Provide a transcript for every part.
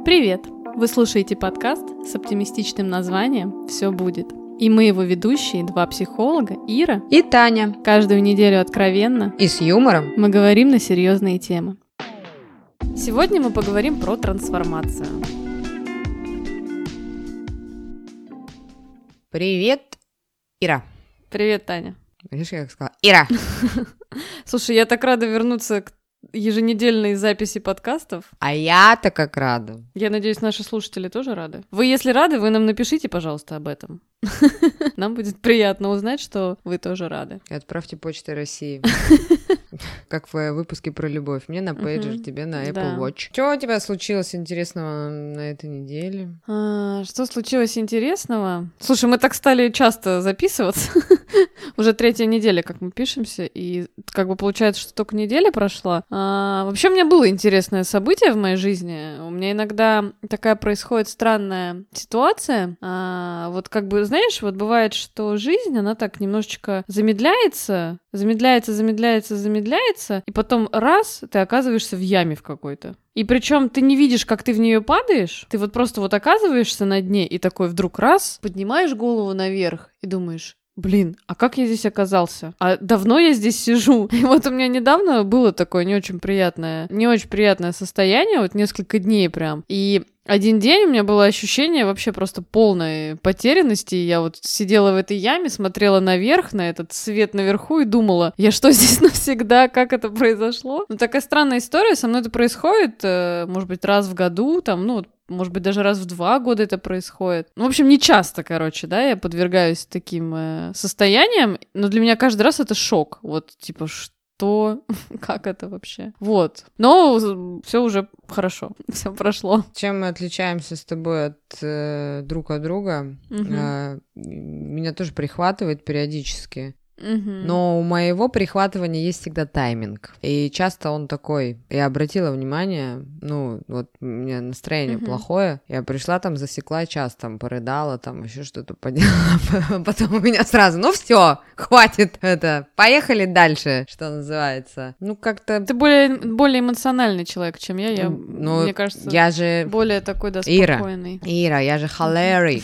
Привет! Вы слушаете подкаст с оптимистичным названием «Все будет». И мы его ведущие, два психолога, Ира и Таня. Каждую неделю откровенно и с юмором мы говорим на серьезные темы. Сегодня мы поговорим про трансформацию. Привет, Ира. Привет, Таня. Видишь, я как сказала? Ира. Слушай, я так рада вернуться к еженедельной записи подкастов. А я-то как рада. Я надеюсь, наши слушатели тоже рады. Вы, если рады, вы нам напишите, пожалуйста, об этом. Нам будет приятно узнать, что вы тоже рады. И отправьте Почтой России. Как в выпуске про любовь. Мне на пейджер, тебе на Apple Watch. Что у тебя случилось интересного на этой неделе? Что случилось интересного? Слушай, мы так стали часто записываться. Уже третья неделя, как мы пишемся, и как бы получается, что только неделя прошла. Вообще, у меня было интересное событие в моей жизни. У меня иногда такая происходит странная ситуация. Вот как бы, знаешь, вот бывает, что жизнь, она так немножечко замедляется, и потом раз, ты оказываешься в яме в какой-то. И причем ты не видишь, как ты в нее падаешь, ты вот просто вот оказываешься на дне, и такой вдруг раз, поднимаешь голову наверх и думаешь: блин, а как я здесь оказался? А давно я здесь сижу? И вот у меня недавно было такое не очень приятное состояние, вот несколько дней прям. И один день у меня было ощущение вообще просто полной потерянности. Я вот сидела в этой яме, смотрела наверх, на этот свет наверху и думала: я что, здесь навсегда? Как это произошло? Ну, такая странная история. Со мной это происходит, может быть, раз в году, там, ну, может быть, даже раз в 2 года это происходит. Ну, в общем, не часто, короче, да, я подвергаюсь таким состояниям, но для меня каждый раз это шок. Вот, типа, что? Как это вообще? Вот. Но все уже хорошо, все прошло. Чем мы отличаемся с тобой друг от друга? Меня тоже прихватывает периодически. Но у моего прихватывания есть всегда тайминг. И часто он такой. Я обратила внимание, ну, вот у меня настроение плохое. Я пришла там, засекла час, там, порыдала, там, еще что-то поделала. Потом у меня сразу: ну все, хватит это. Поехали дальше, что называется. Ну, как-то... Ты более эмоциональный человек, чем я. Ну, мне кажется, я же... более такой, да, спокойный. Ира, я же холерик.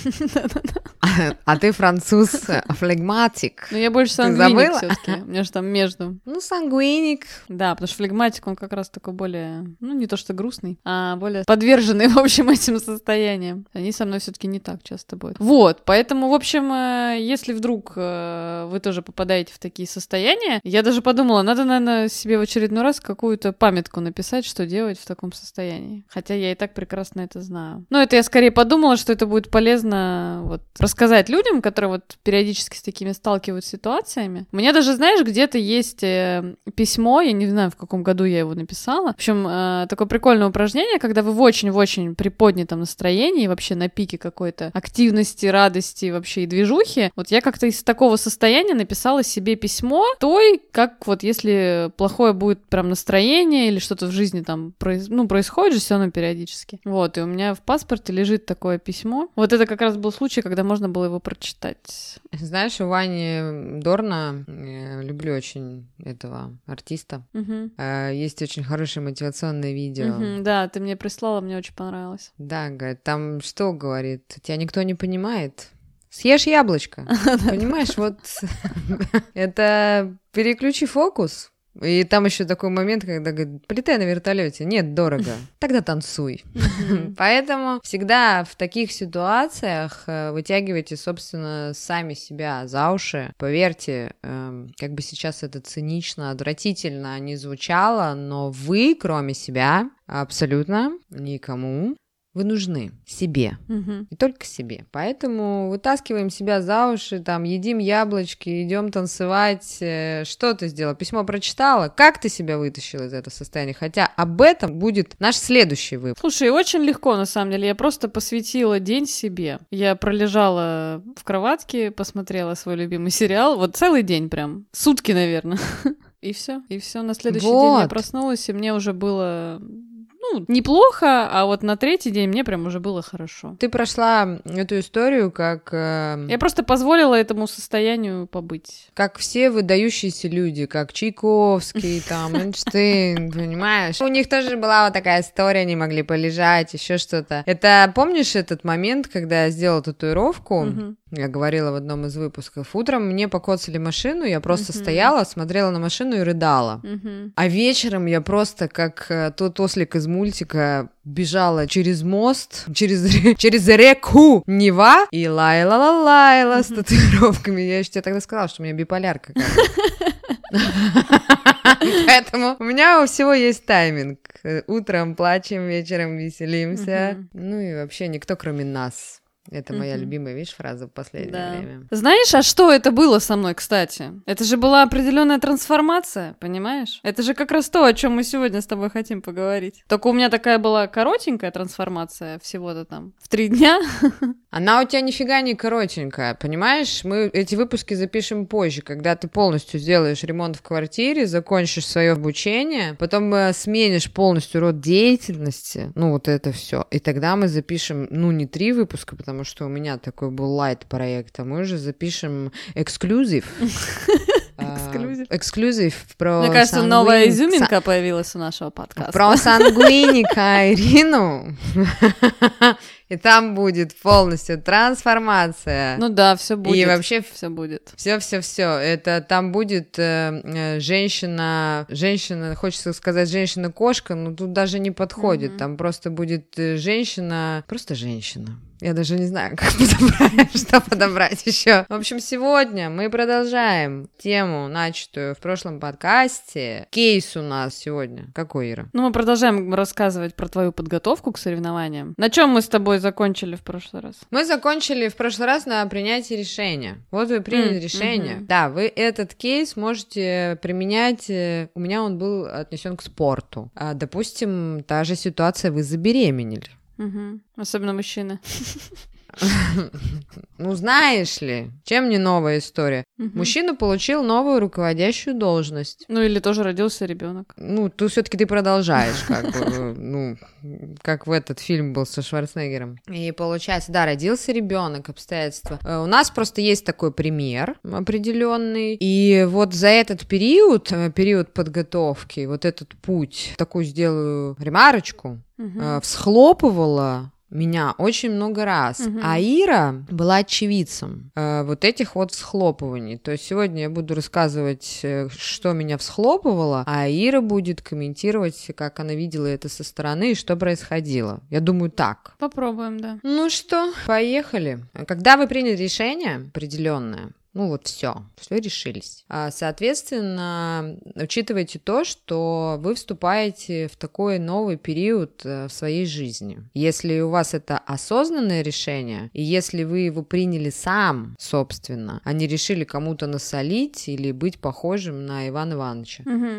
А ты француз флегматик. Ну, я больше сангвиник все-таки. У меня же там между. Ну, сангвиник. Да, потому что флегматик, он как раз такой более, ну, не то что грустный, а более подверженный, в общем, этим состояниям. Они со мной все-таки не так часто будут. Вот, поэтому, в общем, если вдруг вы тоже попадаете в такие состояния, я даже подумала, надо, наверное, себе в очередной раз какую-то памятку написать, что делать в таком состоянии. Хотя я и так прекрасно это знаю. Но это я скорее подумала, что это будет полезно вот рассказать людям, которые вот периодически с такими сталкиваются ситуациями. У меня даже, знаешь, где-то есть письмо, я не знаю, в каком году я его написала. В общем, такое прикольное упражнение, когда вы в очень-очень приподнятом настроении, вообще на пике какой-то активности, радости вообще и движухи. Вот я как-то из такого состояния написала себе письмо той, как вот если плохое будет прям настроение или что-то в жизни там происходит же все равно периодически. Вот, и у меня в паспорте лежит такое письмо. Вот это как раз был случай, когда можно было его прочитать. Знаешь, у Вани Дорна, я люблю очень этого артиста, есть очень хорошее мотивационное видео. Да, ты мне прислала, мне очень понравилось. Да, говорит, там что говорит? Тебя никто не понимает? Съешь яблочко. Понимаешь, вот это переключи фокус. И там еще такой момент, когда говорит: полетай на вертолете. Нет, дорого. Тогда танцуй. Поэтому всегда в таких ситуациях вытягивайте, собственно, сами себя за уши. Поверьте, как бы сейчас это цинично, отвратительно не звучало, но вы, кроме себя, абсолютно никому вы нужны себе, и только себе. Поэтому вытаскиваем себя за уши, там, едим яблочки, идем танцевать. Что ты сделала? Письмо прочитала? Как ты себя вытащила из этого состояния? Хотя об этом будет наш следующий выпуск. Слушай, очень легко, на самом деле. Я просто посвятила день себе. Я пролежала в кроватке, посмотрела свой любимый сериал. Вот целый день прям. Сутки, наверное. И все. На следующий день я проснулась, и мне уже было... неплохо, а вот на третий день мне прям уже было хорошо. Ты прошла эту историю как... Я просто позволила этому состоянию побыть. Как все выдающиеся люди, как Чайковский, там, Эйнштейн, понимаешь? У них тоже была вот такая история, они могли полежать, еще что-то. Это, помнишь этот момент, когда я сделала татуировку? Я говорила в одном из выпусков. Утром мне покоцали машину, я просто стояла, смотрела на машину и рыдала. А вечером я просто, как тот ослик из мультика, бежала через мост, через реку Нева и лайла с татуировками. Я еще тебе тогда сказала, что у меня биполярка какая-то. Поэтому у меня у всего есть тайминг. Утром плачем, вечером веселимся. Ну и вообще никто, кроме нас. Это моя любимая, видишь, фраза в последнее время. Знаешь, а что это было со мной, кстати? Это же была определенная трансформация, понимаешь? Это же как раз то, о чем мы сегодня с тобой хотим поговорить. Только у меня такая была коротенькая трансформация, всего-то там в 3 дня. Она у тебя нифига не коротенькая, понимаешь? Мы эти выпуски запишем позже, когда ты полностью сделаешь ремонт в квартире, закончишь свое обучение, потом сменишь полностью род деятельности, ну вот это все, и тогда мы запишем, не 3 выпуска, потому что у меня такой был лайт-проект, а мы уже запишем эксклюзив. Эксклюзив про... Мне кажется, новая изюминка появилась у нашего подкаста. Про сангвиника Ирину. И там будет полностью трансформация. Ну да, все будет. И вообще все будет. Все. Это там будет женщина, хочется сказать женщина-кошка, но тут даже не подходит. Там просто будет женщина. Я даже не знаю, как подобрать, что подобрать еще. В общем, сегодня мы продолжаем тему, начатую в прошлом подкасте. Кейс у нас сегодня. Какой, Ира? Мы продолжаем рассказывать про твою подготовку к соревнованиям. На чем мы с тобой закончили в прошлый раз? Мы закончили в прошлый раз на принятии решения. Вот вы приняли решение. Да, вы этот кейс можете применять. У меня он был отнесен к спорту. Допустим, та же ситуация, вы забеременели. Особенно мужчины. Знаешь ли, чем не новая история? Мужчина получил новую руководящую должность. Или тоже родился ребенок. Тут все-таки ты продолжаешь, как в этот фильм был со Шварценеггером. И получается, да, родился ребенок, обстоятельства. У нас просто есть такой пример определенный. И вот за этот период подготовки, вот этот путь, такую сделаю ремарочку, всхлопывала меня очень много раз. А Ира была очевидцем вот этих вот всхлопываний. То есть сегодня я буду рассказывать, что меня всхлопывало, а Ира будет комментировать, как она видела это со стороны и что происходило. Я думаю, так. Попробуем, да. Ну что, поехали. Когда вы приняли решение определенное, все решились. Соответственно, учитывайте то, что вы вступаете в такой новый период в своей жизни. Если у вас это осознанное решение, и если вы его приняли сам, собственно, а не решили кому-то насолить или быть похожим на Ивана Ивановича.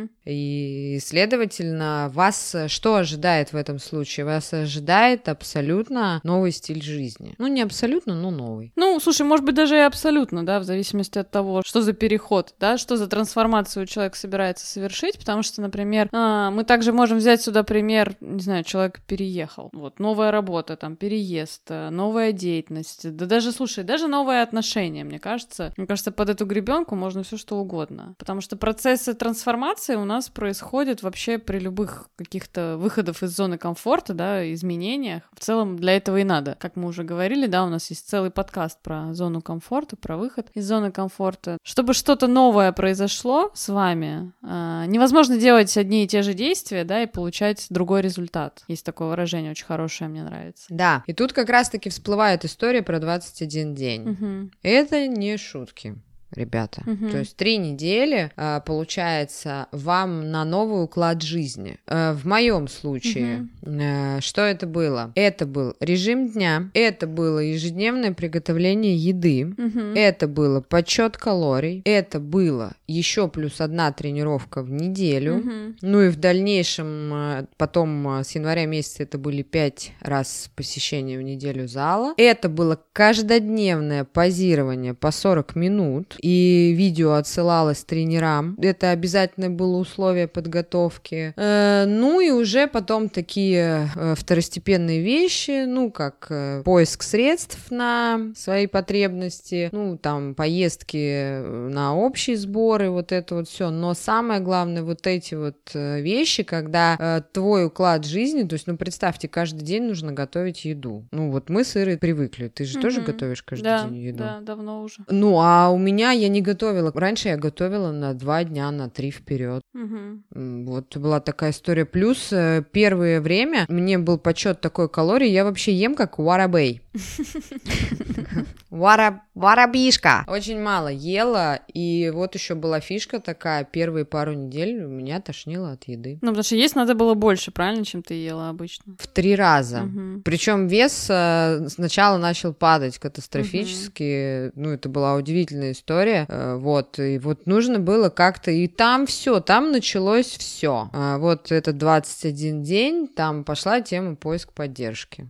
И, следовательно, вас что ожидает в этом случае? Вас ожидает абсолютно новый стиль жизни. Не абсолютно, но новый. Слушай, может быть, даже и абсолютно, да, в зависимости от того, что за переход, да, что за трансформацию человек собирается совершить, потому что, например, мы также можем взять сюда пример, не знаю, человек переехал, новая работа, там, переезд, новая деятельность, да даже, слушай, даже новые отношения, мне кажется, под эту гребенку можно все что угодно, потому что процессы трансформации у нас происходят вообще при любых каких-то выходах из зоны комфорта, да, изменениях, в целом для этого и надо, как мы уже говорили, да, у нас есть целый подкаст про зону комфорта, про выход из зоны комфорта. Чтобы что-то новое произошло с вами, невозможно делать одни и те же действия, да, и получать другой результат. Есть такое выражение, очень хорошее, мне нравится. Да, и тут как раз-таки всплывает история про 21 день. Это не шутки. Ребята. То есть 3 недели, получается, вам на новый уклад жизни. В моем случае, что это было? Это был режим дня, это было ежедневное приготовление еды, это было подсчет калорий, это было еще плюс 1 тренировка в неделю, и в дальнейшем, потом с января месяца это были 5 раз посещения в неделю зала, это было каждодневное позирование по 40 минут, и видео отсылалось тренерам. Это обязательно было условие подготовки. Ну и уже потом такие второстепенные вещи, ну как поиск средств на свои потребности, ну там поездки на общие сборы, вот это вот все. Но самое главное вот эти вот вещи, когда твой уклад жизни, то есть, ну представьте, каждый день нужно готовить еду. Ну вот мы с Ирой привыкли. Ты же тоже готовишь каждый день еду? Да, давно уже. Ну а у меня я не готовила. Раньше я готовила на 2 дня, на 3 вперед. Вот была такая история. Плюс первое время мне был подсчет такой калорий, я вообще ем как Воробей. Воробишка. Очень мало ела, и вот еще была фишка такая, первые пару недель меня тошнило от еды. Ну, потому что есть надо было больше, правильно, чем ты ела обычно? В 3 раза. Причем вес сначала начал падать катастрофически, ну, это была удивительная история, вот, и вот нужно было как-то, и там все, там началось все. Вот этот 21 день, там пошла тема поиск поддержки.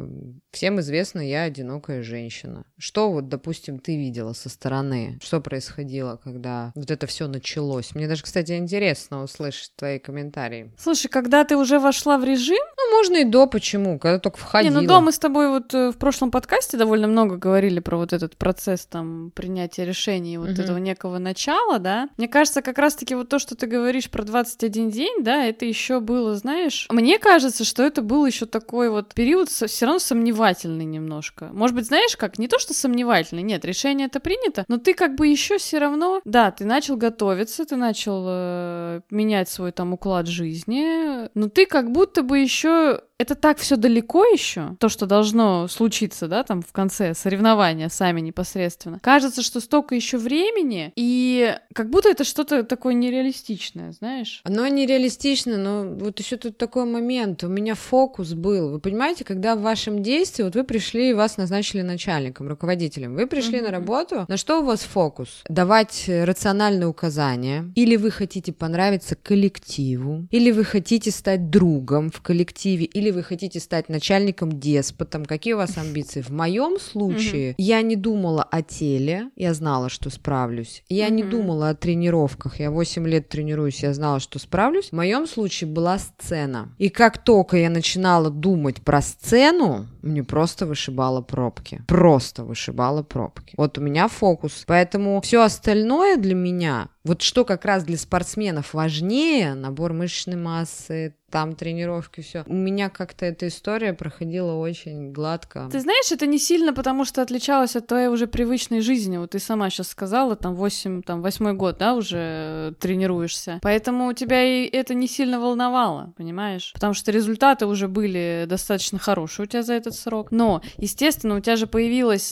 Всем известно, я одинокая женщина. Что вот, допустим, ты видела со стороны? Что происходило, когда вот это все началось? Мне даже, кстати, интересно услышать твои комментарии. Слушай, когда ты уже вошла в режим? Ну, можно и до, почему? Когда только входила. Не, ну до мы с тобой вот в прошлом подкасте довольно много говорили про вот этот процесс там принятия решений, вот этого некого начала, да? Мне кажется, как раз-таки вот то, что ты говоришь про 21 день, да, это еще было, знаешь, мне кажется, что это был еще такой вот период все равно сомневательный немножко. Может быть, знаешь как, не то, что сомневательный, нет, решение это принято, но ты как бы еще все равно, да, ты начал готовиться, ты начал менять свой там уклад жизни, но ты как будто бы еще это так все далеко еще, то, что должно случиться, да, там в конце соревнования сами непосредственно. Кажется, что столько еще времени, и как будто это что-то такое нереалистичное, знаешь? Оно нереалистично, но вот еще тут такой момент. У меня фокус был. Вы понимаете, когда в вашем действии, вот вы пришли, вас назначили начальником, руководителем, вы пришли на работу, на что у вас фокус? Давать рациональные указания, или вы хотите понравиться коллективу, или вы хотите стать другом в коллективе, или вы хотите стать начальником-деспотом, какие у вас амбиции? В моем случае я не думала о теле, я знала, что справлюсь. Я не думала о тренировках, я 8 лет тренируюсь, я знала, что справлюсь. В моем случае была сцена. И как только я начинала думать про сцену, мне просто вышибало пробки. Просто вышибало пробки. Вот у меня фокус. Поэтому все остальное для меня, вот что как раз для спортсменов важнее, набор мышечной массы, там тренировки, все. У меня как-то эта история проходила очень гладко. Ты знаешь, это не сильно, потому что отличалось от твоей уже привычной жизни. Вот ты сама сейчас сказала, там 8-й год, да, уже тренируешься. Поэтому тебя и это не сильно волновало, понимаешь? Потому что результаты уже были достаточно хорошие у тебя за этот срок. Но, естественно, у тебя же появилось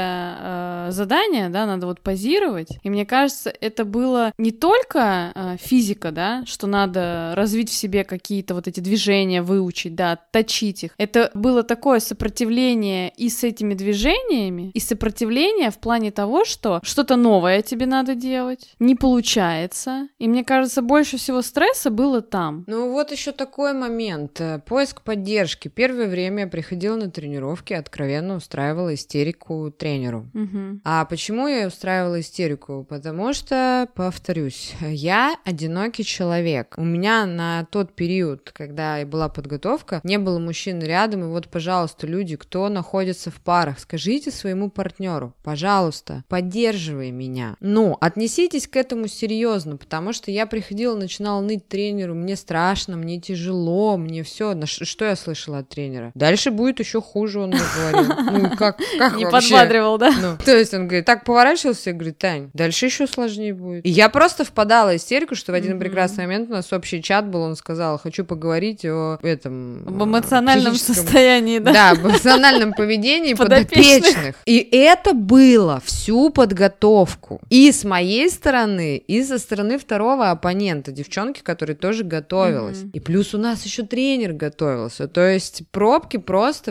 новое задание, да, надо вот позировать. И мне кажется, это было не только физика, да, что надо развить в себе какие-то вот эти движения, выучить, да, отточить их. Это было такое сопротивление и с этими движениями, и сопротивление в плане того, что что-то новое тебе надо делать, не получается. И мне кажется, больше всего стресса было там. Ну вот еще такой момент. Поиск поддержки. Первое время я приходила на тренировки, откровенно устраивала истерику тренеру. А почему я устраивала истерику? Потому что, повторюсь, я одинокий человек. У меня на тот период, когда была подготовка, не было мужчин рядом, и вот, пожалуйста, люди, кто находится в парах, скажите своему партнеру, пожалуйста, поддерживай меня. Но отнеситесь к этому серьезно, потому что я приходила, начинала ныть тренеру, мне страшно, мне тяжело, мне все. Что я слышала от тренера? Дальше будет еще хуже, он мне говорил. Ну, как не вообще? Подбадривал, да? Ну, то есть он говорит, так поворачивался и говорит, Тань, дальше еще сложнее будет. И я просто впадала в истерику, что в один прекрасный момент у нас общий чат был, он сказал, хочу поговорить о этом... Об эмоциональном состоянии, да? Да, об эмоциональном поведении подопечных. И это было всю подготовку. И с моей стороны, и со стороны второго оппонента, девчонки, которая тоже готовилась. И плюс у нас еще тренер готовился. То есть пробки просто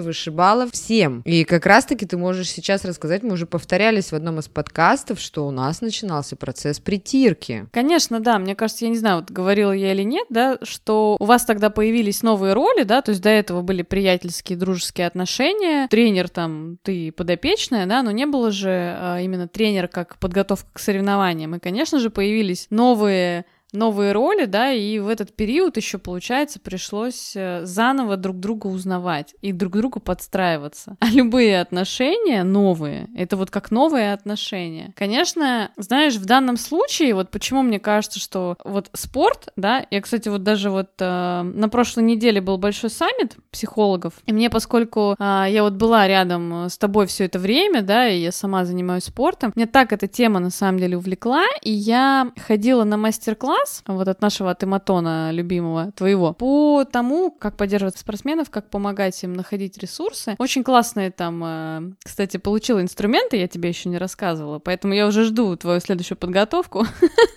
вышибала всем. И как раз-таки ты можешь сейчас рассказать, мы уже повторялись в одном из подкастов, что у нас начинался процесс притирки. Конечно, да, мне кажется, я не знаю, вот говорила я или нет, да, что у вас тогда появились новые роли, да, то есть до этого были приятельские, дружеские отношения, тренер там, ты подопечная, да, но не было же именно тренера как подготовка к соревнованиям, и, конечно же, появились новые роли, да, и в этот период еще, получается, пришлось заново друг друга узнавать и друг к другу подстраиваться. А любые отношения новые, это вот как новые отношения. Конечно, знаешь, в данном случае, вот почему мне кажется, что вот спорт, да, я, кстати, вот даже вот на прошлой неделе был большой саммит психологов, и мне, поскольку я вот была рядом с тобой все это время, да, и я сама занимаюсь спортом, меня так эта тема на самом деле увлекла, и я ходила на мастер-класс вот от нашего Тематона любимого твоего по тому, как поддерживать спортсменов, как помогать им находить ресурсы. Очень классные там, кстати, получила инструменты, я тебе еще не рассказывала, поэтому я уже жду твою следующую подготовку.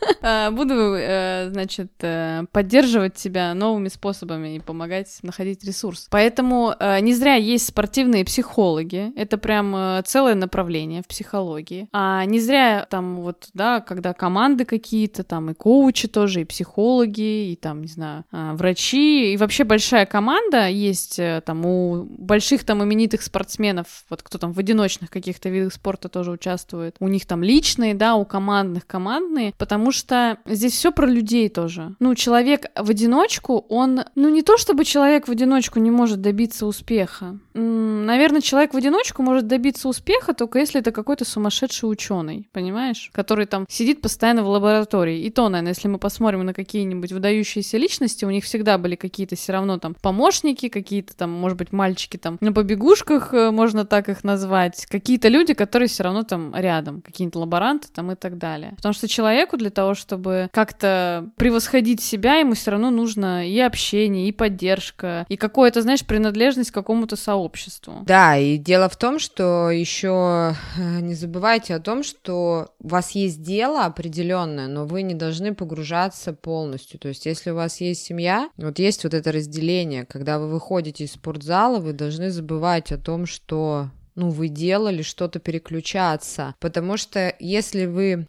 Буду, значит, поддерживать тебя новыми способами и помогать находить ресурс. Поэтому не зря есть спортивные психологи, это прям целое направление в психологии. А не зря там вот, да, когда команды какие-то там и коучи тоже, и психологи, и там, не знаю, врачи, и вообще большая команда есть там у больших там именитых спортсменов, вот кто там в одиночных каких-то видах спорта тоже участвует, у них там личные, да, у командных командные, потому что здесь все про людей тоже. Ну, человек в одиночку, он, ну, не то чтобы человек в одиночку не может добиться успеха. Наверное, человек в одиночку может добиться успеха только если это какой-то сумасшедший ученый, понимаешь, который там сидит постоянно в лаборатории. И то, наверное, если мы посмотрим на какие-нибудь выдающиеся личности, у них всегда были какие-то все равно там помощники, какие-то там, может быть, мальчики там на побегушках, можно так их назвать, какие-то люди, которые все равно там рядом, какие-нибудь лаборанты там и так далее. Потому что человеку для того, чтобы как-то превосходить себя, ему все равно нужно и общение, и поддержка, и какое-то, знаешь, принадлежность к какому-то сообществу. Да, и дело в том, что еще не забывайте о том, что у вас есть дело определенное, но вы не должны погружаться полностью. То есть, если у вас есть семья, вот есть вот это разделение, когда вы выходите из спортзала, вы должны забывать о том, что вы делали что-то, переключаться, потому что если вы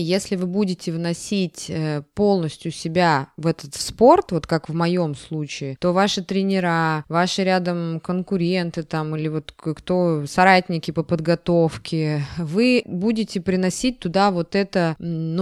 будете вносить полностью себя в этот спорт, вот как в моем случае, то ваши тренера, ваши рядом конкуренты там, или вот кто, соратники по подготовке, вы будете приносить туда вот это,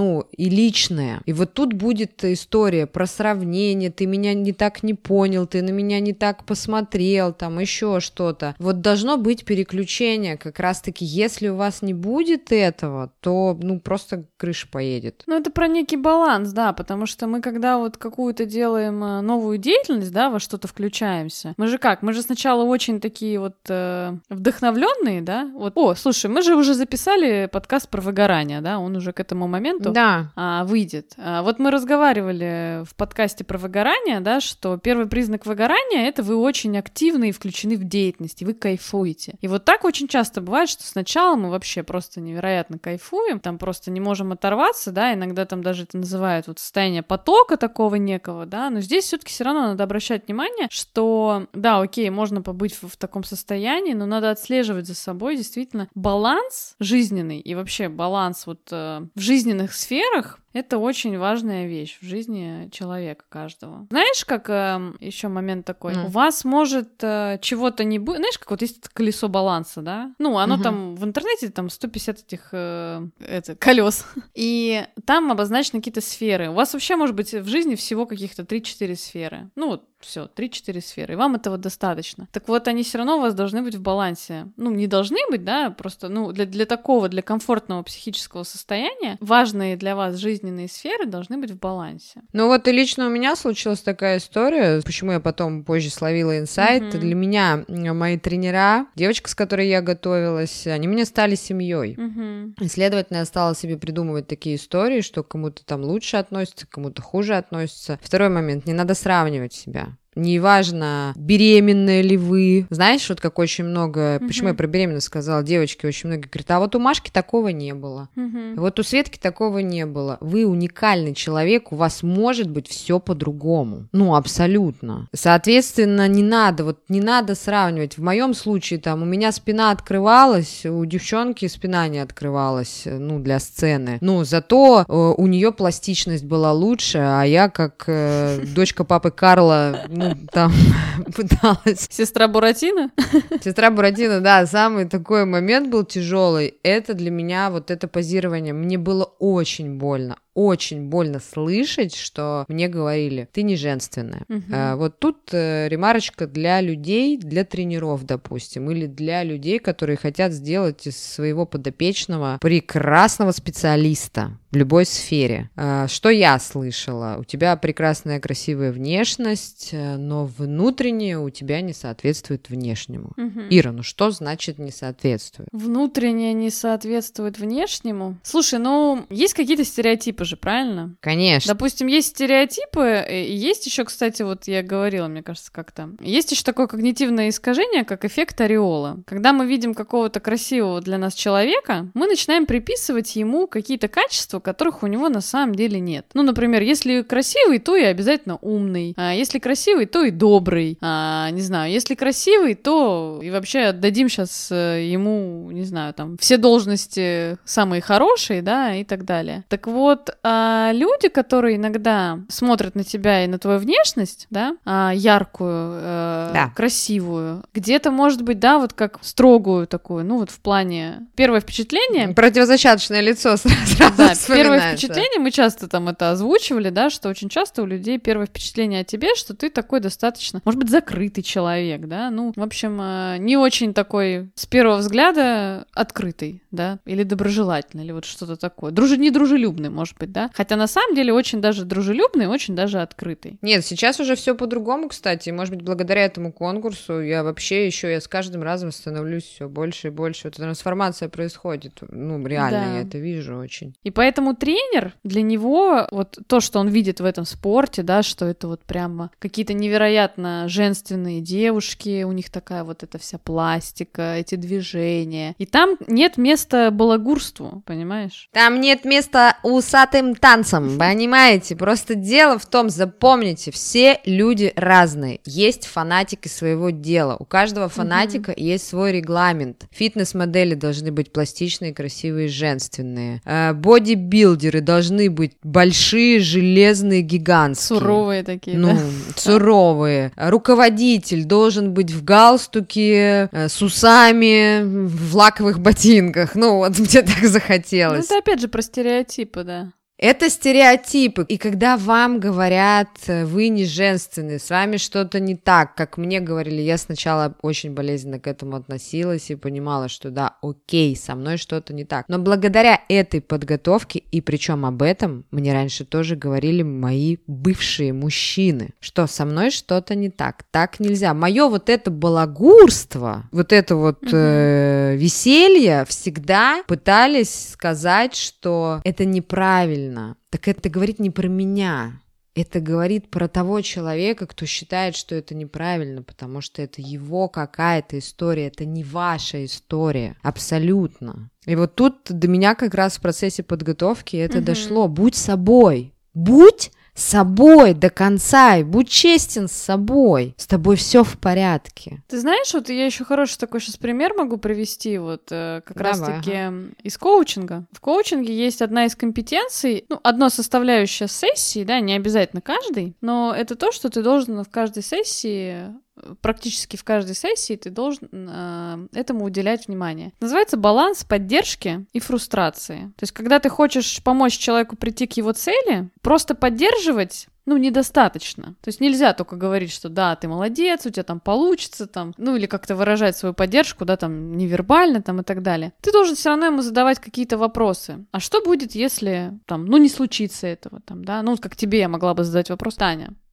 и личное. И вот тут будет история про сравнение, ты меня не так не понял, ты на меня не так посмотрел, там еще что-то. Вот должно быть переключение как раз-таки, если у вас не будет этого, то, просто крыша поедет. Это про некий баланс, да, потому что мы, когда вот какую-то делаем новую деятельность, да, во что-то включаемся, мы же сначала очень такие вот вдохновленные, да, вот, слушай, мы же уже записали подкаст про выгорание, да, он уже к этому моменту выйдет. Вот мы разговаривали в подкасте про выгорание, да, что первый признак выгорания — это вы очень активны и включены в деятельность, и вы кайфуете. И вот так очень часто бывает, что сначала мы вообще просто невероятно кайфуем, там просто не можем оторваться, да, иногда там даже это называют вот состояние потока такого некого, да, но здесь все-таки все равно надо обращать внимание, что, да, окей, можно побыть в таком состоянии, но надо отслеживать за собой действительно баланс жизненный и вообще баланс вот в жизненных сферах. Это очень важная вещь в жизни человека каждого. Знаешь, как еще момент такой? У вас может чего-то не быть. Знаешь, как вот есть колесо баланса, да? Оно там в интернете там 150 этих колес. И там обозначены какие-то сферы. У вас вообще может быть в жизни всего каких-то 3-4 сферы. Все, 3-4 сферы, и вам этого достаточно. Так вот, они все равно у вас должны быть в балансе. Не должны быть, да, просто, для комфортного психического состояния важные для вас жизненные сферы должны быть в балансе. Вот и лично у меня случилась такая история, почему я потом позже словила инсайт. Для меня мои тренера, девочка, с которой я готовилась, они мне стали семьей. И, следовательно, я стала себе придумывать такие истории, что кому-то там лучше относятся, кому-то хуже относятся. Второй момент, не надо сравнивать себя. неважно, беременная ли вы. Знаешь, вот как очень много... Почему я про беременность сказала? Девочки очень много говорят, а вот у Машки такого не было. Вот у Светки такого не было. Вы уникальный человек, у вас может быть все по-другому. Ну, абсолютно. Соответственно, не надо сравнивать. В моем случае, там, у меня спина открывалась, у девчонки спина не открывалась, ну, для сцены. Ну, зато у нее пластичность была лучше, а я, как дочка папы Карла, ну, там, пыталась... Сестра Буратино? Сестра Буратино, да, самый такой момент был тяжелый. Это для меня вот это позирование. Мне было очень больно слышать, что мне говорили, ты не женственная. Вот тут ремарочка для людей, для тренеров, допустим, или для людей, которые хотят сделать из своего подопечного прекрасного специалиста в любой сфере. Что я слышала? У тебя прекрасная, красивая внешность, но внутреннее у тебя не соответствует внешнему. Ира, ну что значит не соответствует? Внутреннее не соответствует внешнему? Слушай, ну, есть какие-то стереотипы же, правильно? Конечно. Допустим, есть стереотипы, и есть еще, кстати, вот я говорила, мне кажется, как-то, есть еще такое когнитивное искажение, как эффект ореола. Когда мы видим какого-то красивого для нас человека, мы начинаем приписывать ему какие-то качества, которых у него на самом деле нет. Ну, например, если красивый, то и обязательно умный, а если красивый, то и добрый, не знаю, если красивый, то и вообще отдадим сейчас ему, не знаю, там, все должности самые хорошие, да, и так далее. Так вот, люди, которые иногда смотрят на тебя и на твою внешность, да, яркую, красивую, где-то, может быть, да, вот как строгую такую, ну, вот в плане первое впечатление. Противозачаточное лицо сразу да, первое впечатление, мы часто там это озвучивали, да, что очень часто у людей первое впечатление о тебе, что ты такой достаточно, может быть, закрытый человек, да, ну, в общем, не очень такой с первого взгляда открытый, да, или доброжелательный, или вот что-то такое. Недружелюбный, может быть, да, хотя на самом деле очень даже дружелюбный, очень даже открытый. Нет, сейчас уже все по-другому, кстати, может быть, благодаря этому конкурсу я вообще еще, я с каждым разом становлюсь все больше и больше, вот трансформация происходит, ну, реально, я это вижу очень. И поэтому тренер, для него вот то, что он видит в этом спорте, да, что это вот прямо какие-то невероятно женственные девушки, у них такая вот эта вся пластика, эти движения, и там нет места балагурству, понимаешь? Там нет места усатым танцам, понимаете? Просто дело в том, запомните, все люди разные. Есть фанатики своего дела. У каждого фанатика есть свой регламент. Фитнес-модели должны быть пластичные, красивые, женственные. Бодибилдеры должны быть большие, железные, гигантские. Суровые такие, да? Суровые. Руководитель должен быть в галстуке, с усами, в лаковых ботинках. Ну, вот мне так захотелось. Ну, это опять же про стереотипы, да. Это стереотипы, и когда вам говорят, вы не женственны, с вами что-то не так, как мне говорили, я сначала очень болезненно к этому относилась и понимала, что да, окей, со мной что-то не так, но благодаря этой подготовке, и причем об этом мне раньше тоже говорили мои бывшие мужчины, что со мной что-то не так, так нельзя, мое вот это балагурство, вот это вот веселье всегда пытались сказать, что это неправильно. Так это говорит не про меня, это говорит про того человека, кто считает, что это неправильно, потому что это его какая-то история, это не ваша история, абсолютно. И вот тут до меня как раз в процессе подготовки это дошло. Будь собой, будь собой до конца, и будь честен с собой, с тобой все в порядке. Ты знаешь, вот я еще хороший такой сейчас пример могу привести, вот как раз-таки из коучинга. В коучинге есть одна из компетенций, ну, одна составляющая сессии, да, не обязательно каждый, но это то, что ты должен в каждой сессии, практически в каждой сессии ты должен этому уделять внимание. Называется баланс поддержки и фрустрации. То есть, когда ты хочешь помочь человеку прийти к его цели, просто поддерживать, ну, недостаточно. То есть нельзя только говорить, что да, ты молодец, у тебя там получится, там, ну, или как-то выражать свою поддержку, да, там, невербально, там, и так далее. Ты должен все равно ему задавать какие-то вопросы. А что будет, если, там, ну, не случится этого, там, да? Ну, как тебе я могла бы задать вопрос: Таня,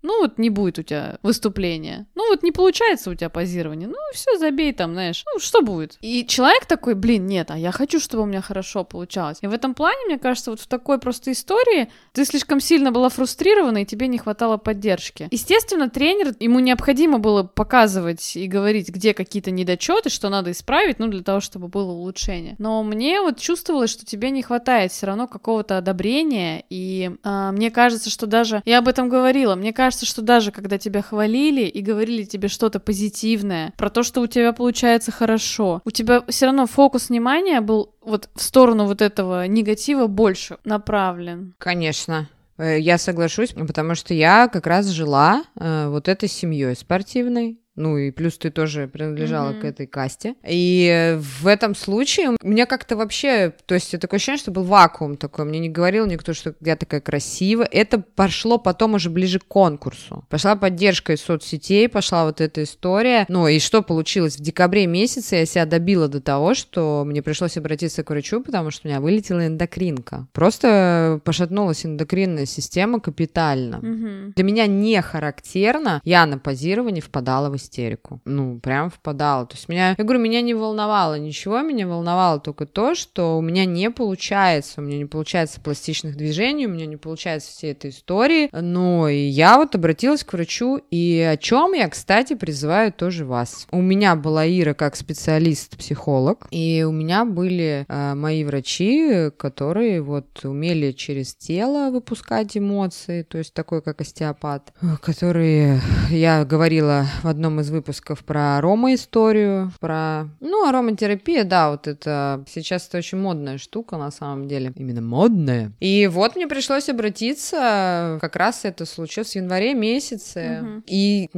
ну вот не будет у тебя выступления, ну вот не получается у тебя позирование, ну все, забей там, знаешь, ну что будет? И человек такой, блин, нет, а я хочу, чтобы у меня хорошо получалось. И в этом плане, мне кажется, вот в такой простой истории ты слишком сильно была фрустрирована, и тебе не хватало поддержки. Естественно, тренер, ему необходимо было показывать и говорить, где какие-то недочеты, что надо исправить, ну, для того, чтобы было улучшение. Но мне вот чувствовалось, что тебе не хватает все равно какого-то одобрения, и мне кажется, что даже, я об этом говорила, мне кажется, что даже когда тебя хвалили и говорили тебе что-то позитивное, про то, что у тебя получается хорошо, у тебя все равно фокус внимания был вот в сторону вот этого негатива больше направлен. Конечно. Я соглашусь, потому что я как раз жила вот этой семьей спортивной. Ну и плюс ты тоже принадлежала к этой касте. И в этом случае у меня как-то вообще, то есть такое ощущение, что был вакуум такой. Мне не говорил никто, что я такая красивая. Это пошло потом уже ближе к конкурсу. Пошла поддержка из соцсетей, пошла вот эта история. Ну и что получилось? В декабре месяце я себя добила до того, что мне пришлось обратиться к врачу, потому что у меня вылетела эндокринка. Просто пошатнулась эндокринная система капитально. Для меня не характерно. Я на позировании впадала в истерику. Ну, прям впадала. То есть меня не волновало ничего, меня волновало только то, что у меня не получается пластичных движений, у меня не получается всей этой истории. Но и я вот обратилась к врачу, и о чем я, кстати, призываю тоже вас. У меня была Ира как специалист-психолог, и у меня были мои врачи, которые вот умели через тело выпускать эмоции, то есть такой как остеопат, которые я говорила в одном из выпусков про аромаисторию, ароматерапия, да, вот это сейчас это очень модная штука на самом деле, именно модная. И вот мне пришлось обратиться, как раз это случилось в январе месяце, и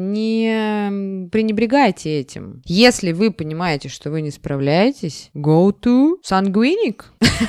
не пренебрегайте этим. Если вы понимаете, что вы не справляетесь, go to Sanguinic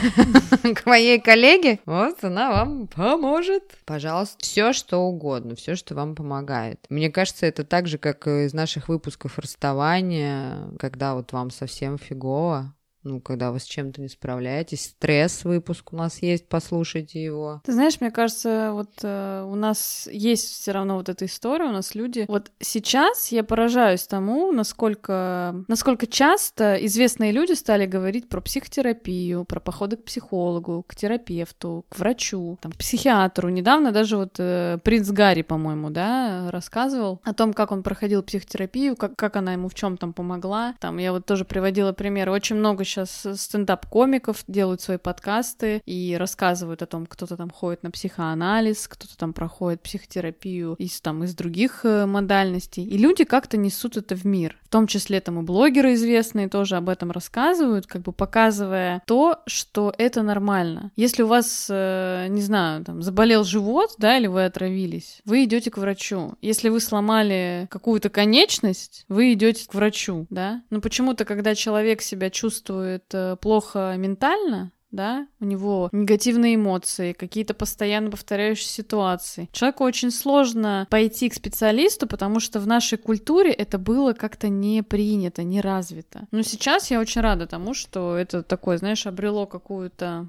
к моей коллеге, вот она вам поможет. Пожалуйста, все что угодно, все, что вам помогает. Мне кажется, это так же, как из наших выпусков расставания, когда вот вам совсем фигово, когда вы с чем-то не справляетесь. Стресс-выпуск у нас есть, послушайте его. Ты знаешь, мне кажется, вот у нас есть все равно вот эта история, у нас люди... Вот сейчас я поражаюсь тому, насколько часто известные люди стали говорить про психотерапию, про походы к психологу, к терапевту, к врачу, к психиатру. Недавно даже вот принц Гарри, по-моему, да, рассказывал о том, как он проходил психотерапию, как она ему в чем там помогла. Там я вот тоже приводила примеры. Очень много сейчас стендап-комиков делают свои подкасты и рассказывают о том, кто-то там ходит на психоанализ, кто-то там проходит психотерапию из других модальностей. И люди как-то несут это в мир. В том числе там и блогеры известные тоже об этом рассказывают, как бы показывая то, что это нормально. Если у вас, не знаю, там заболел живот, да, или вы отравились, вы идете к врачу. Если вы сломали какую-то конечность, вы идете к врачу, да. Но почему-то, когда человек себя чувствует плохо ментально, да, у него негативные эмоции, какие-то постоянно повторяющиеся ситуации. Человеку очень сложно пойти к специалисту, потому что в нашей культуре это было как-то не принято, не развито. Но сейчас я очень рада тому, что это такое, знаешь, обрело какую-то...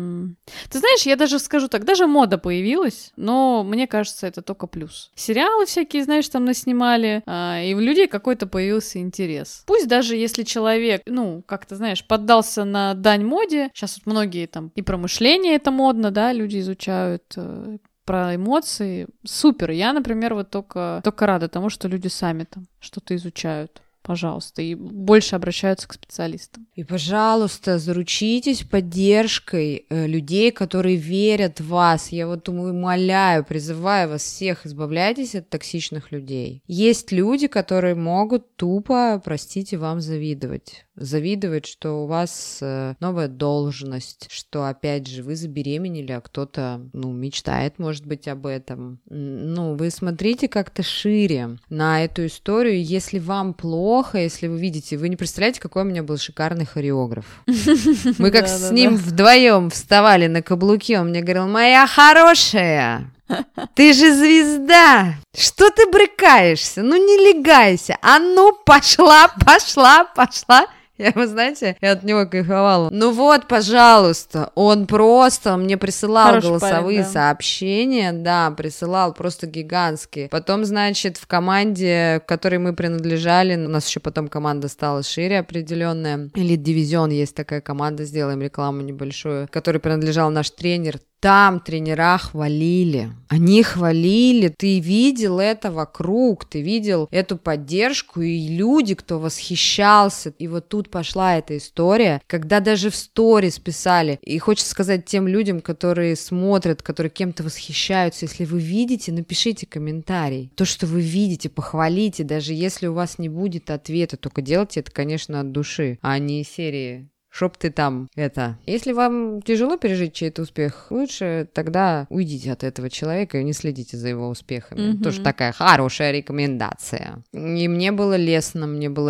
Ты знаешь, я даже скажу так, даже мода появилась, но мне кажется, это только плюс. Сериалы всякие, знаешь, там наснимали, и у людей какой-то появился интерес. Пусть даже если человек, как-то, знаешь, поддался на дань моде, сейчас вот многие там и про мышление это модно, да, люди изучают про эмоции. Супер. Я, например, вот только рада тому, что люди сами там что-то изучают. Пожалуйста, и больше обращаются к специалистам. И, пожалуйста, заручитесь поддержкой людей, которые верят в вас. Я вот умоляю, призываю вас всех, избавляйтесь от токсичных людей. Есть люди, которые могут тупо, простите, вам завидовать. Завидовать, что у вас новая должность, что, опять же, вы забеременели, а кто-то, мечтает, может быть, об этом. Вы смотрите как-то шире на эту историю. Если вам плохо, если вы видите, вы не представляете, какой у меня был шикарный хореограф. Мы как с ним вдвоем вставали на каблуки, он мне говорил: «Моя хорошая, ты же звезда! Что ты брыкаешься? Не легайся! А пошла! Вы знаете, я от него кайфовала. Ну вот, пожалуйста, он просто мне присылал Хороший голосовые парень, да. сообщения, да, присылал просто гигантские. Потом, значит, в команде, к которой мы принадлежали, у нас еще потом команда стала шире определенная. Элит-дивизион, есть такая команда, сделаем рекламу небольшую, которой принадлежал наш тренер. Там тренера хвалили, они хвалили, ты видел это вокруг, ты видел эту поддержку, и люди, кто восхищался. И вот тут пошла эта история, когда даже в сторис писали, и хочется сказать тем людям, которые смотрят, которые кем-то восхищаются, если вы видите, напишите комментарий. То, что вы видите, похвалите, даже если у вас не будет ответа, только делайте это, конечно, от души, а не из серии «Чтоб ты там это». Если вам тяжело пережить чей-то успех, лучше тогда уйдите от этого человека и не следите за его успехами. Тоже такая хорошая рекомендация. И мне было лестно,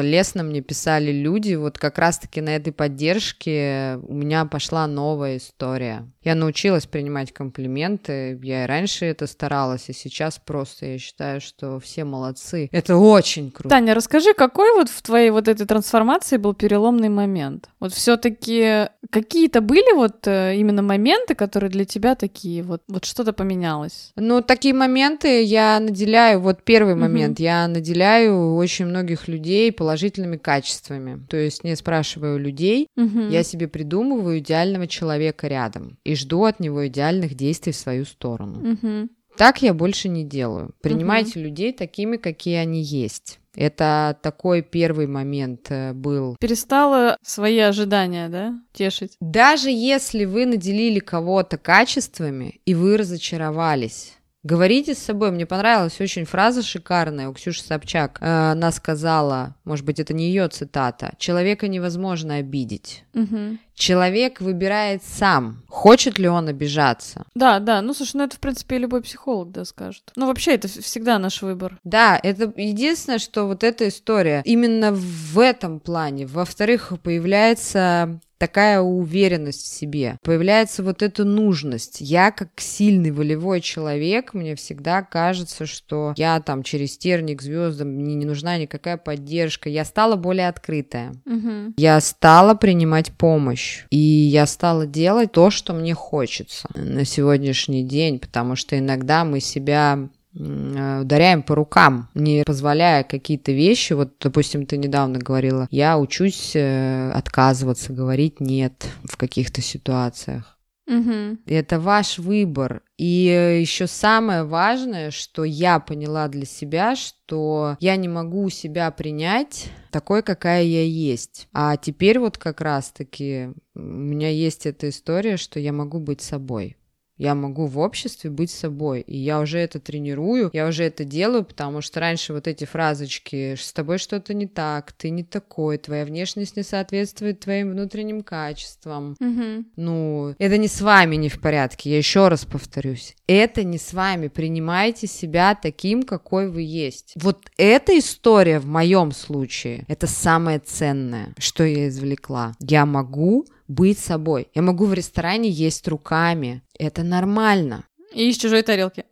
мне писали люди, вот как раз-таки на этой поддержке у меня пошла новая история. Я научилась принимать комплименты, я и раньше это старалась, и сейчас просто я считаю, что все молодцы. Это очень круто. Таня, расскажи, какой вот в твоей вот этой трансформации был переломный момент? Вот все-таки какие-то были вот именно моменты, которые для тебя такие, вот что-то поменялось? Ну, такие моменты я наделяю, вот первый момент, я наделяю очень многих людей положительными качествами. То есть не спрашиваю людей, я себе придумываю идеального человека рядом и жду от него идеальных действий в свою сторону. Так я больше не делаю. Принимайте людей такими, какие они есть. Это такой первый момент был. Перестала свои ожидания, да, тешить? Даже если вы наделили кого-то качествами, и вы разочаровались, говорите с собой. Мне понравилась очень фраза шикарная у Ксюши Собчак. Она сказала, может быть, это не ее цитата, «Человека невозможно обидеть». Человек выбирает сам, хочет ли он обижаться. Да, ну слушай, ну это, в принципе, и любой психолог, да, скажет. Ну вообще, это всегда наш выбор. Да, это единственное, что вот эта история именно в этом плане. Во-вторых, появляется такая уверенность в себе, появляется вот эта нужность. Я как сильный волевой человек, мне всегда кажется, что я там через терник к звездам, мне не нужна никакая поддержка. Я стала более открытая. Я стала принимать помощь. И я стала делать то, что мне хочется на сегодняшний день, потому что иногда мы себя ударяем по рукам, не позволяя какие-то вещи. Вот, допустим, ты недавно говорила, я учусь отказываться, говорить «нет» в каких-то ситуациях. Это ваш выбор. И еще самое важное, что я поняла для себя, что я не могу себя принять такой, какая я есть. А теперь вот как раз-таки у меня есть эта история, что я могу быть собой. Я могу в обществе быть собой, и я уже это тренирую, я уже это делаю, потому что раньше вот эти фразочки «с тобой что-то не так», «ты не такой», «твоя внешность не соответствует твоим внутренним качествам». Ну, это не с вами не в порядке, я еще раз повторюсь. Это не с вами, принимайте себя таким, какой вы есть. Вот эта история в моем случае, это самое ценное, что я извлекла. Я могу быть собой. Я могу в ресторане есть руками. Это нормально. И из чужой тарелки.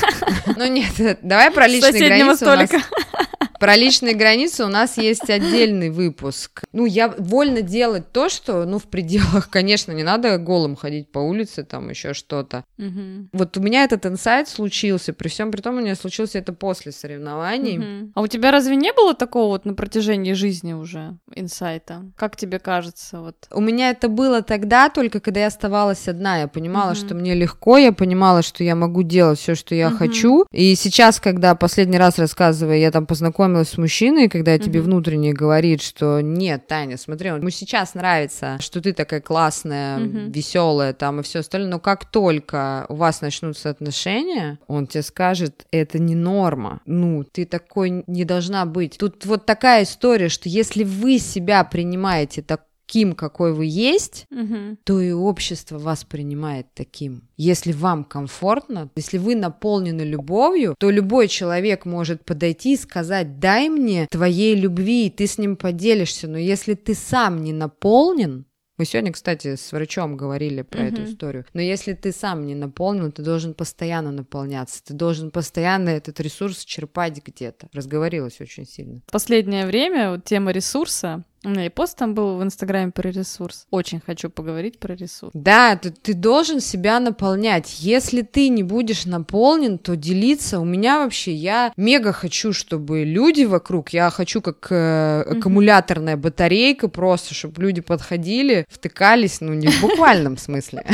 Ну нет, давай про личные границы. Столика. Про личные границы у нас есть отдельный выпуск. Ну, я вольна делать то, что, ну, в пределах, конечно, не надо голым ходить по улице, там еще что-то. Вот у меня этот инсайт случился, при всем при том, у меня случился это после соревнований. А у тебя разве не было такого вот на протяжении жизни уже инсайта? Как тебе кажется? Вот? У меня это было тогда, только когда я оставалась одна. Я понимала, что мне легко, я понимала, что я могу делать все, что я хочу. И сейчас, когда последний раз рассказывая, я там познакомилась с мужчиной, когда тебе внутренне говорит, что нет, Таня, смотри, ему сейчас нравится, что ты такая классная, веселая там и все остальное, но как только у вас начнутся отношения, он тебе скажет, это не норма, ну, ты такой не должна быть. Тут вот такая история, что если вы себя принимаете таким, какой вы есть, то и общество вас принимает таким. Если вам комфортно, если вы наполнены любовью, то любой человек может подойти и сказать, дай мне твоей любви, и ты с ним поделишься, но если ты сам не наполнен, мы сегодня, кстати, с врачом говорили про эту историю, но если ты сам не наполнен, ты должен постоянно наполняться, ты должен постоянно этот ресурс черпать где-то. Разговорилась очень сильно. В последнее время вот тема ресурса У меня и пост там был в Инстаграме про ресурс. Очень хочу поговорить про ресурс. Да, ты должен себя наполнять. Если ты не будешь наполнен, то делиться. У меня вообще, я мега хочу, чтобы люди вокруг, я хочу как аккумуляторная батарейка просто, чтобы люди подходили, втыкались, ну не в буквальном смысле.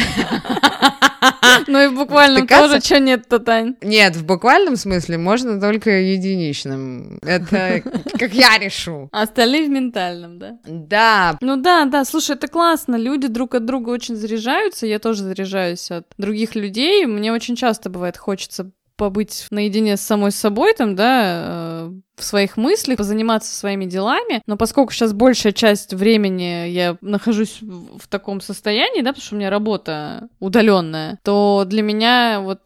Ну и в буквальном тоже, что нет-то, Тань? Нет, в буквальном смысле можно только единичным. Это как я решу. А остальные в ментальном, да? Да. Ну да, слушай, это классно. Люди друг от друга очень заряжаются. Я тоже заряжаюсь от других людей. Мне очень часто бывает хочется побыть наедине с самой собой, там, да, в своих мыслях, позаниматься своими делами, но поскольку сейчас большая часть времени я нахожусь в таком состоянии, да, потому что у меня работа удаленная, то для меня вот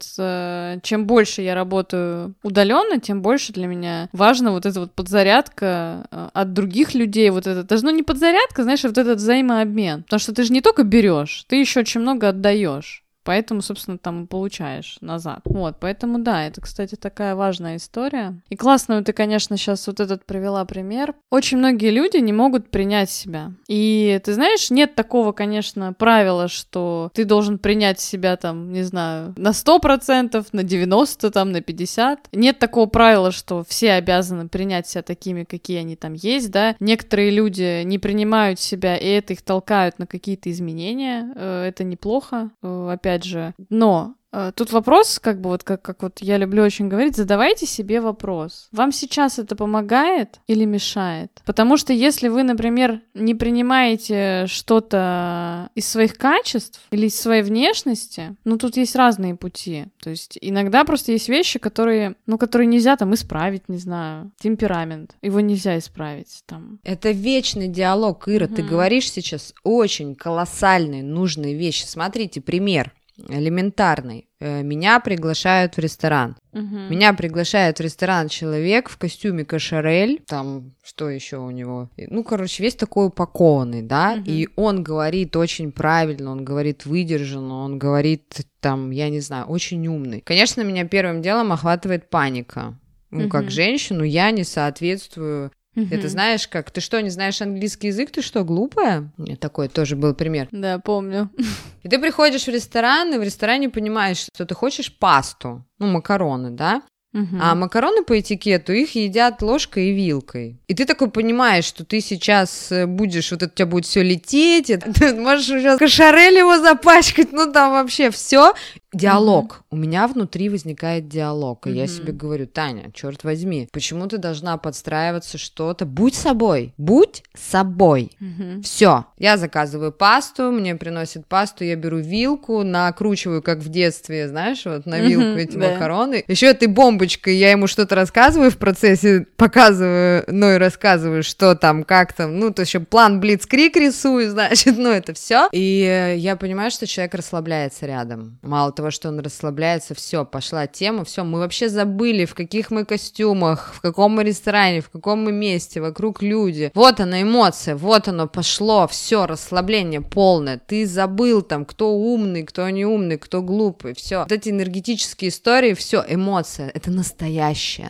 чем больше я работаю удаленно, тем больше для меня важно вот эта вот подзарядка от других людей, вот это, даже, ну, не подзарядка, знаешь, а вот этот взаимообмен, потому что ты же не только берешь, ты еще очень много отдаешь. Поэтому, собственно, там и получаешь назад. Вот, поэтому, да, это, кстати, такая важная история. И классно ты, конечно, сейчас вот этот привела пример. Очень многие люди не могут принять себя. И, ты знаешь, нет такого, конечно, правила, что ты должен принять себя, там, не знаю, на 100%, на 90%, там, на 50%. Нет такого правила, что все обязаны принять себя такими, какие они там есть, да. Некоторые люди не принимают себя, и это их толкают на какие-то изменения. Это неплохо, опять же, но тут вопрос, как бы вот как вот я люблю очень говорить, задавайте себе вопрос. Вам сейчас это помогает или мешает? Потому что если вы, например, не принимаете что-то из своих качеств или из своей внешности, ну тут есть разные пути. То есть иногда просто есть вещи, которые нельзя там исправить, не знаю, темперамент. Его нельзя исправить там. Это вечный диалог, Ира. Ты говоришь сейчас очень колоссальные, нужные вещи. Смотрите, пример. Элементарный. Меня приглашают в ресторан. Меня приглашает в ресторан человек в костюме кошарель. Там, что еще у него? Ну, короче, весь такой упакованный, да? И он говорит очень правильно, он говорит выдержанно, он говорит, там, я не знаю, очень умный. Конечно, меня первым делом охватывает паника. Ну, как женщину я не соответствую. Это знаешь как? Ты что, не знаешь английский язык? Ты что, глупая? У меня такой тоже был пример. Да, помню. И ты приходишь в ресторан, и в ресторане понимаешь, что ты хочешь пасту, ну, макароны, да? А макароны по этикету их едят ложкой и вилкой. И ты такой понимаешь, что ты сейчас будешь, вот это у тебя будет все лететь, ты можешь сейчас кошарель его запачкать, ну там вообще все. Диалог. У меня внутри возникает диалог. И я себе говорю, Таня, черт возьми, почему ты должна подстраиваться что-то? Будь собой. Будь собой. Все. Я заказываю пасту, мне приносят пасту, я беру вилку, накручиваю, как в детстве, знаешь, вот на вилку эти макароны. Еще этой бомбочкой я ему что-то рассказываю в процессе, показываю, ну и рассказываю, что там, как там, ну, то есть еще план блицкриг рисую, значит, ну, это все. И я понимаю, что человек расслабляется рядом. Мало того, что он расслабляется, все, пошла тема, все, мы вообще забыли, в каких мы костюмах, в каком мы ресторане, в каком мы месте, вокруг люди. Вот она эмоция, вот оно пошло, все, расслабление полное. Ты забыл там, кто умный, кто не умный, кто глупый, все. Вот эти энергетические истории, все, эмоция, это настоящая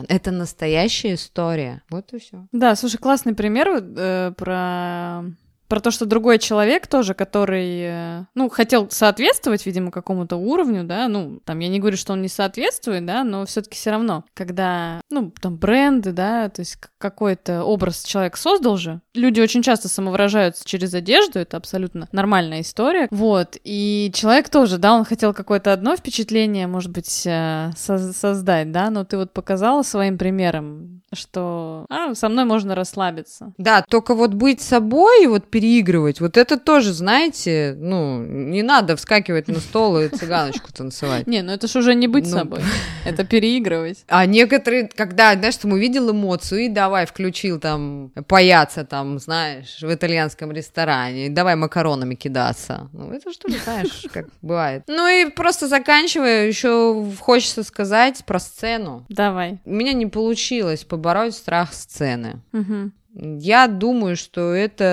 история. Вот и все. Да, слушай, классный пример про то, что другой человек тоже, который, ну, хотел соответствовать, видимо, какому-то уровню, да, ну, там, я не говорю, что он не соответствует, да, но все-таки все равно, когда, ну, там, бренды, да, то есть какой-то образ человек создал же, люди очень часто самовыражаются через одежду, это абсолютно нормальная история, вот, и человек тоже, да, он хотел какое-то одно впечатление, может быть, создать, да, но ты вот показала своим примером, что со мной можно расслабиться. Да, только вот быть собой и вот переигрывать, вот это тоже, знаете, ну, не надо вскакивать на стол и цыганочку танцевать. Не, ну это ж уже не быть собой, это переигрывать. А некоторые, когда, знаешь, там увидел эмоцию и давай включил там паяться там, знаешь, в итальянском ресторане, и давай макаронами кидаться. Ну, это что ли, знаешь, как бывает. Ну и просто заканчивая, еще хочется сказать про сцену. Давай. У меня не получилось побороть страх сцены. Я думаю, что это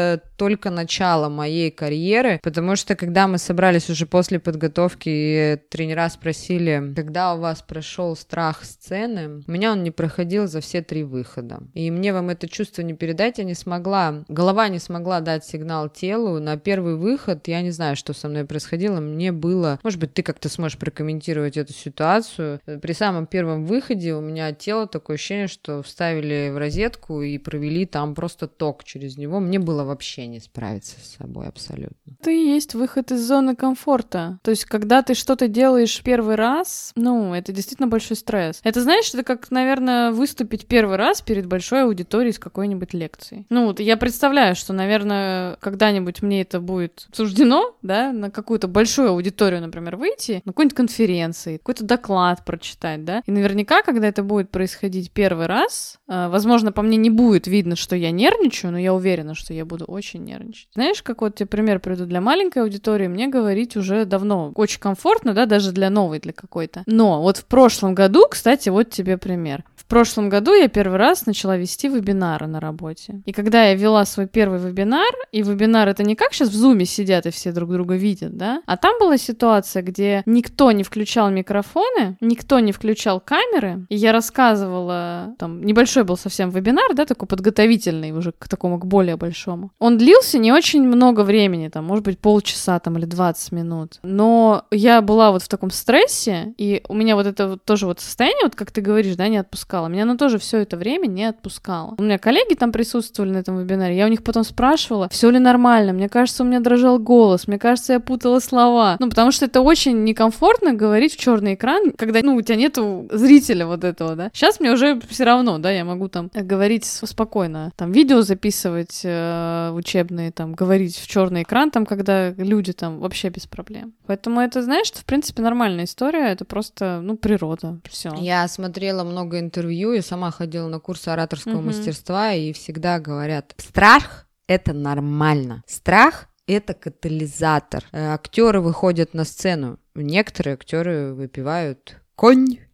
только начало моей карьеры, потому что когда мы собрались уже после подготовки, и тренера спросили, когда у вас прошел страх сцены, у меня он не проходил за все 3 выхода. И мне вам это чувство не передать, я не смогла, голова не смогла дать сигнал телу. На первый выход, я не знаю, что со мной происходило, мне было, может быть, ты как-то сможешь прокомментировать эту ситуацию. При самом первом выходе у меня тело такое ощущение, что вставили в розетку и провели там просто ток через него. Мне было вообще не справиться с собой абсолютно. Это и есть выход из зоны комфорта. То есть, когда ты что-то делаешь первый раз, это действительно большой стресс. Это, знаешь, это как, наверное, выступить первый раз перед большой аудиторией с какой-нибудь лекцией. Я представляю, что, наверное, когда-нибудь мне это будет суждено, да, на какую-то большую аудиторию, например, выйти, на какой-нибудь конференции, какой-то доклад прочитать, да. И наверняка, когда это будет происходить первый раз, возможно, по мне не будет видно, что я нервничаю, но я уверена, что я буду очень нервничать. Знаешь, как вот тебе пример приведу для маленькой аудитории, мне говорить уже давно очень комфортно, да, даже для новой, для какой-то. Но вот в прошлом году, кстати, вот тебе пример. В прошлом году я первый раз начала вести вебинары на работе. И когда я вела свой первый вебинар, и вебинар это не как сейчас в зуме сидят и все друг друга видят, да, а там была ситуация, где никто не включал микрофоны, никто не включал камеры, и я рассказывала, там, небольшой был совсем вебинар, да, такой подготовительный уже к такому, к более большому. Он длился не очень много времени, там, может быть, полчаса там или 20 минут, но я была вот в таком стрессе, и у меня вот это вот тоже вот состояние, вот как ты говоришь, да, не отпускало. Меня оно тоже все это время не отпускало. У меня коллеги там присутствовали на этом вебинаре, я у них потом спрашивала, все ли нормально, мне кажется, у меня дрожал голос, мне кажется, я путала слова. Потому что это очень некомфортно говорить в черный экран, когда, у тебя нету зрителя вот этого, да. Сейчас мне уже все равно, да, я могу там говорить спокойно, там видео записывать учебные, там говорить в черный экран, там, когда люди там вообще без проблем. Поэтому это, знаешь, это, в принципе, нормальная история, это просто, природа, все. Я смотрела много интервью, я сама ходила на курсы ораторского мастерства, и всегда говорят, страх — это нормально. Страх — это катализатор. Актеры выходят на сцену, некоторые актеры выпивают коньяк,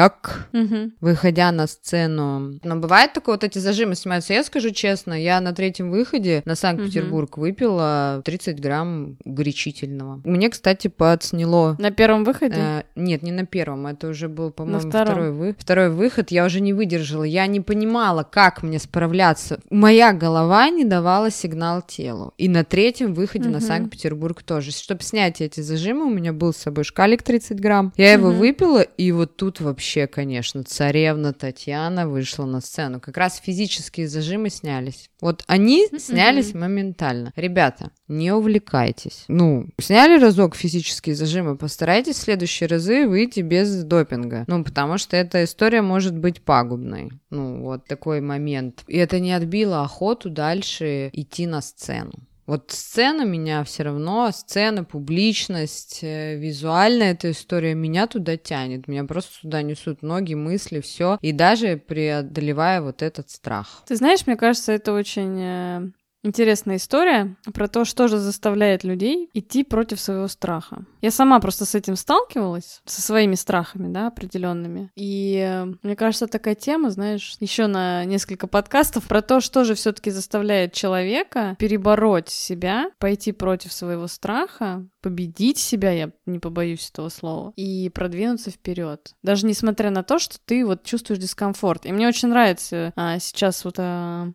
выходя на сцену. Но бывает такое, вот эти зажимы снимаются. Я скажу честно, я на 3-м выходе на Санкт-Петербург выпила 30 грамм горячительного. Мне, кстати, подсняло. На 1-м выходе? Нет, не на 1-м, это уже был, по-моему, второй выход. Я уже не выдержала, я не понимала, как мне справляться. Моя голова не давала сигнал телу. И на 3-м выходе на Санкт-Петербург тоже. Чтобы снять эти зажимы, у меня был с собой шкалик 30 грамм. Я его выпила, и вот тут вообще, конечно, царевна Татьяна вышла на сцену. Как раз физические зажимы снялись. Вот они снялись моментально. Ребята, не увлекайтесь. Сняли разок физические зажимы, постарайтесь в следующие разы выйти без допинга. Потому что эта история может быть пагубной. Вот такой момент. И это не отбило охоту дальше идти на сцену. Вот сцена меня все равно, сцена, публичность, визуальная эта история меня туда тянет, меня просто туда несут ноги, мысли, все, и даже преодолевая вот этот страх. Ты знаешь, мне кажется, это очень интересная история про то, что же заставляет людей идти против своего страха. Я сама просто с этим сталкивалась, со своими страхами, да, определенными. И мне кажется, такая тема, знаешь, еще на несколько подкастов про то, что же все-таки заставляет человека перебороть себя, пойти против своего страха, победить себя, я не побоюсь этого слова, и продвинуться вперед. Даже несмотря на то, что ты вот чувствуешь дискомфорт. И мне очень нравится сейчас вот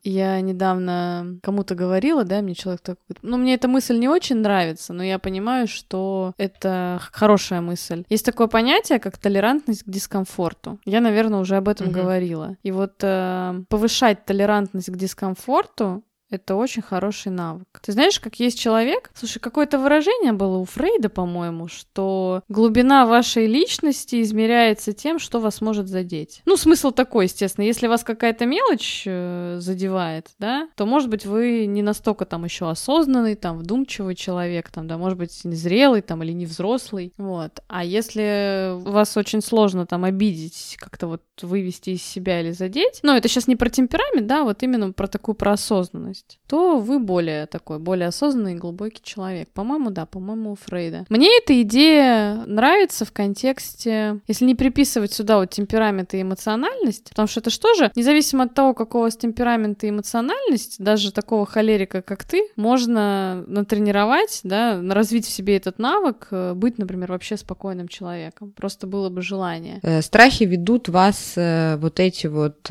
я недавно кому-то говорила, да, мне человек такой, мне эта мысль не очень нравится, но я понимаю, что это хорошая мысль. Есть такое понятие, как толерантность к дискомфорту. Я, наверное, уже об этом говорила. И вот повышать толерантность к дискомфорту — это очень хороший навык. Ты знаешь, как есть человек? Слушай, какое-то выражение было у Фрейда, по-моему, что глубина вашей личности измеряется тем, что вас может задеть. Смысл такой, естественно. Если вас какая-то мелочь задевает, да, то, может быть, вы не настолько там еще осознанный, там, вдумчивый человек, там, да, может быть, незрелый, там, или не взрослый, вот. А если вас очень сложно там обидеть, как-то вот вывести из себя или задеть, это сейчас не про темперамент, да, вот именно про такую, про осознанность, сложность, то вы более осознанный и глубокий человек. По-моему, да, по-моему, у Фрейда. Мне эта идея нравится в контексте, если не приписывать сюда вот темперамент и эмоциональность, потому что это что же, независимо от того, какого у вас темперамент и эмоциональность, даже такого холерика, как ты, можно натренировать, да, развить в себе этот навык, быть, например, вообще спокойным человеком. Просто было бы желание. Страхи ведут вас, вот эти вот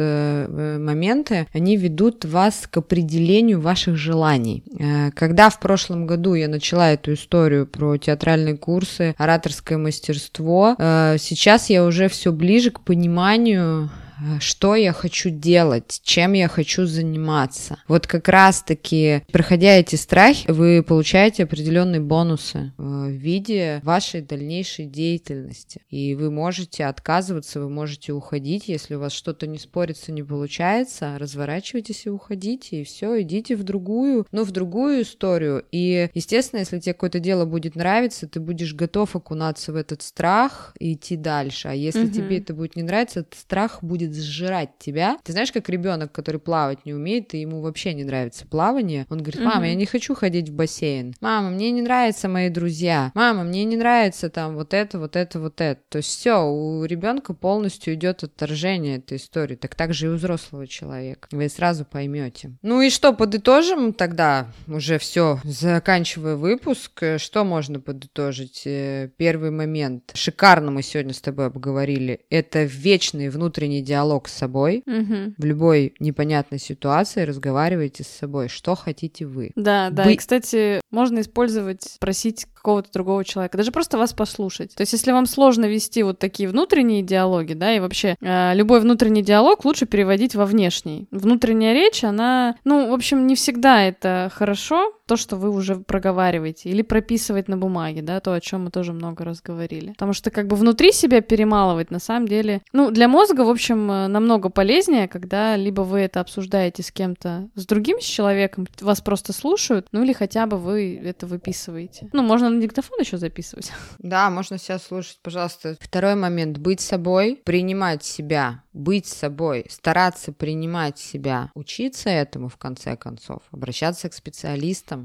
моменты, они ведут вас к определению ваших желаний. Когда в прошлом году я начала эту историю про театральные курсы, ораторское мастерство, сейчас я уже все ближе к пониманию, что я хочу делать, чем я хочу заниматься. Вот как раз-таки, проходя эти страхи, вы получаете определенные бонусы в виде вашей дальнейшей деятельности. И вы можете отказываться, вы можете уходить, если у вас что-то не спорится, не получается, разворачивайтесь и уходите, и все, идите в другую историю. И, естественно, если тебе какое-то дело будет нравиться, ты будешь готов окунаться в этот страх и идти дальше. А если тебе это будет не нравиться, этот страх будет сжирать тебя. Ты знаешь, как ребенок, который плавать не умеет, и ему вообще не нравится плавание, он говорит: мама, я не хочу ходить в бассейн. Мама, мне не нравятся мои друзья. Мама, мне не нравится там вот это. То есть все, у ребенка полностью идет отторжение этой истории. Так же и у взрослого человека. Вы сразу поймете. Ну и что, подытожим тогда? Уже все, заканчивая выпуск. Что можно подытожить? Первый момент. Шикарно мы сегодня с тобой обговорили. Это вечный внутренний диалог с собой. В любой непонятной ситуации разговаривайте с собой. Что хотите вы? Да. И, кстати, можно использовать, просить какого-то другого человека, даже просто вас послушать. То есть, если вам сложно вести вот такие внутренние диалоги, да, и вообще любой внутренний диалог лучше переводить во внешний. Внутренняя речь, она, в общем, не всегда это хорошо, то, что вы уже проговариваете, или прописывать на бумаге, да, то, о чем мы тоже много раз говорили. Потому что как бы внутри себя перемалывать, на самом деле, для мозга, в общем, намного полезнее, когда либо вы это обсуждаете с кем-то, с другим, с человеком, вас просто слушают, или хотя бы вы это выписываете. Можно на диктофон еще записывать. Да, можно себя слушать, пожалуйста. Второй момент. Быть собой, принимать себя, быть собой, стараться принимать себя, учиться этому, в конце концов, обращаться к специалистам.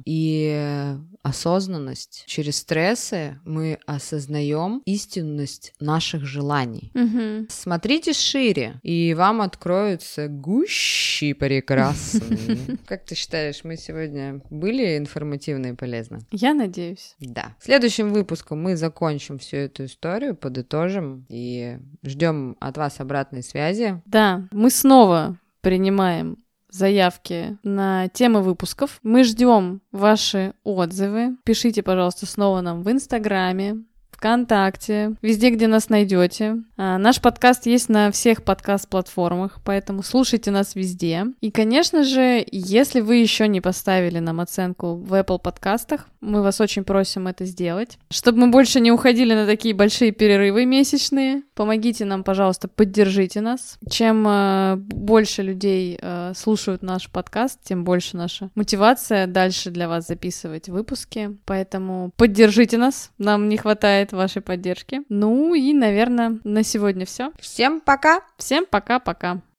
И осознанность. Через стрессы мы осознаем истинность наших желаний. Смотрите шире, и вам откроются гущи прекрасные. Как ты считаешь, мы сегодня были информативны и полезны? Я надеюсь. Да. В следующем выпуске мы закончим всю эту историю, подытожим и ждем от вас обратной связи. Да, мы снова принимаем заявки на темы выпусков. Мы ждем ваши отзывы. Пишите, пожалуйста, снова нам в Инстаграме, ВКонтакте, везде, где нас найдете. Наш подкаст есть на всех подкаст-платформах, поэтому слушайте нас везде. И, конечно же, если вы еще не поставили нам оценку в Apple подкастах, мы вас очень просим это сделать. Чтобы мы больше не уходили на такие большие перерывы месячные, помогите нам, пожалуйста, поддержите нас. Чем больше людей слушают наш подкаст, тем больше наша мотивация дальше для вас записывать выпуски. Поэтому поддержите нас, нам не хватает вашей поддержки. И, наверное, на сегодня все. Всем пока! Всем пока-пока!